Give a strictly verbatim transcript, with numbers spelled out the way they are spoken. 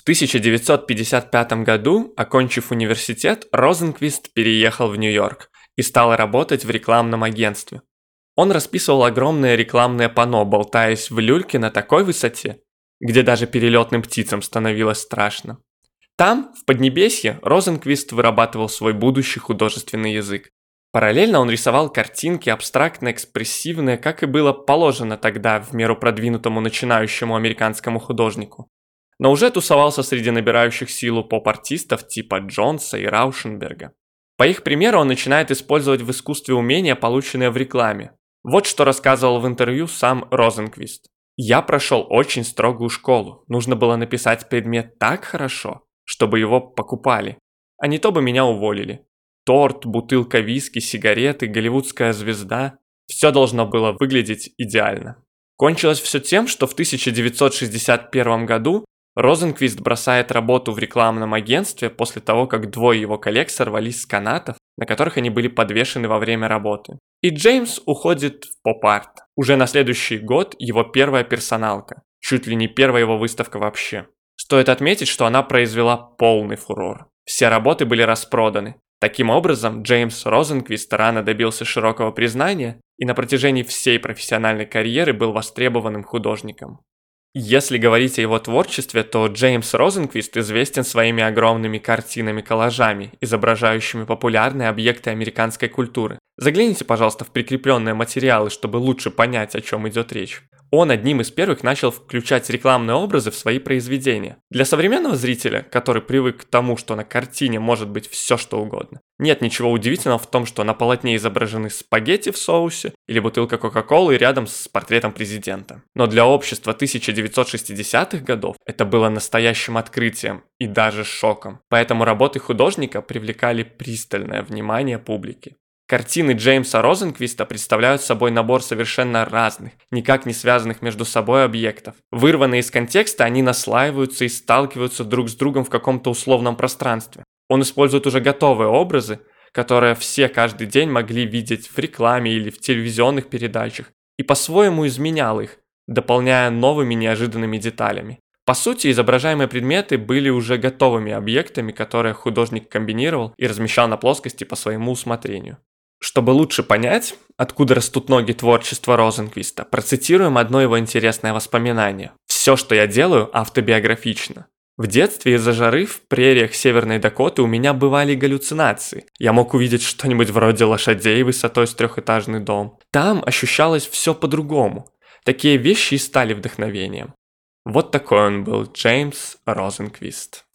тысяча девятьсот пятьдесят пятом году, окончив университет, Розенквист переехал в Нью-Йорк и стал работать в рекламном агентстве. Он расписывал огромные рекламные панно, болтаясь в люльке на такой высоте, где даже перелетным птицам становилось страшно. Там, в Поднебесье, Розенквист вырабатывал свой будущий художественный язык. Параллельно он рисовал картинки абстрактно-экспрессивные, как и было положено тогда в меру продвинутому начинающему американскому художнику. Но уже тусовался среди набирающих силу поп-артистов типа Джонса и Раушенберга. По их примеру он начинает использовать в искусстве умения, полученные в рекламе. Вот что рассказывал в интервью сам Розенквист. «Я прошел очень строгую школу. Нужно было написать предмет так хорошо, чтобы его покупали. А не то бы меня уволили. Торт, бутылка виски, сигареты, голливудская звезда. Все должно было выглядеть идеально». Кончилось все тем, что в тысяча девятьсот шестьдесят первом году Розенквист бросает работу в рекламном агентстве после того, как двое его коллег сорвались с канатов, на которых они были подвешены во время работы. И Джеймс уходит в поп-арт. Уже на следующий год его первая персоналка, чуть ли не первая его выставка вообще. Стоит отметить, что она произвела полный фурор. Все работы были распроданы. Таким образом, Джеймс Розенквист рано добился широкого признания и на протяжении всей профессиональной карьеры был востребованным художником. Если говорить о его творчестве, то Джеймс Розенквист известен своими огромными картинами-коллажами, изображающими популярные объекты американской культуры. Загляните, пожалуйста, в прикрепленные материалы, чтобы лучше понять, о чем идет речь. Он одним из первых начал включать рекламные образы в свои произведения. Для современного зрителя, который привык к тому, что на картине может быть все что угодно, нет ничего удивительного в том, что на полотне изображены спагетти в соусе или бутылка Кока-Колы рядом с портретом президента. Но для общества тысяча девятьсот шестидесятых годов это было настоящим открытием и даже шоком. Поэтому работы художника привлекали пристальное внимание публики. Картины Джеймса Розенквиста представляют собой набор совершенно разных, никак не связанных между собой объектов. Вырванные из контекста, они наслаиваются и сталкиваются друг с другом в каком-то условном пространстве. Он использует уже готовые образы, которые все каждый день могли видеть в рекламе или в телевизионных передачах, и по-своему изменял их, дополняя новыми неожиданными деталями. По сути, изображаемые предметы были уже готовыми объектами, которые художник комбинировал и размещал на плоскости по своему усмотрению. Чтобы лучше понять, откуда растут ноги творчества Розенквиста, процитируем одно его интересное воспоминание. «Все, что я делаю, автобиографично. В детстве из-за жары в прериях Северной Дакоты у меня бывали галлюцинации. Я мог увидеть что-нибудь вроде лошадей высотой с трехэтажный дом. Там ощущалось все по-другому. Такие вещи и стали вдохновением». Вот такой он был, Джеймс Розенквист.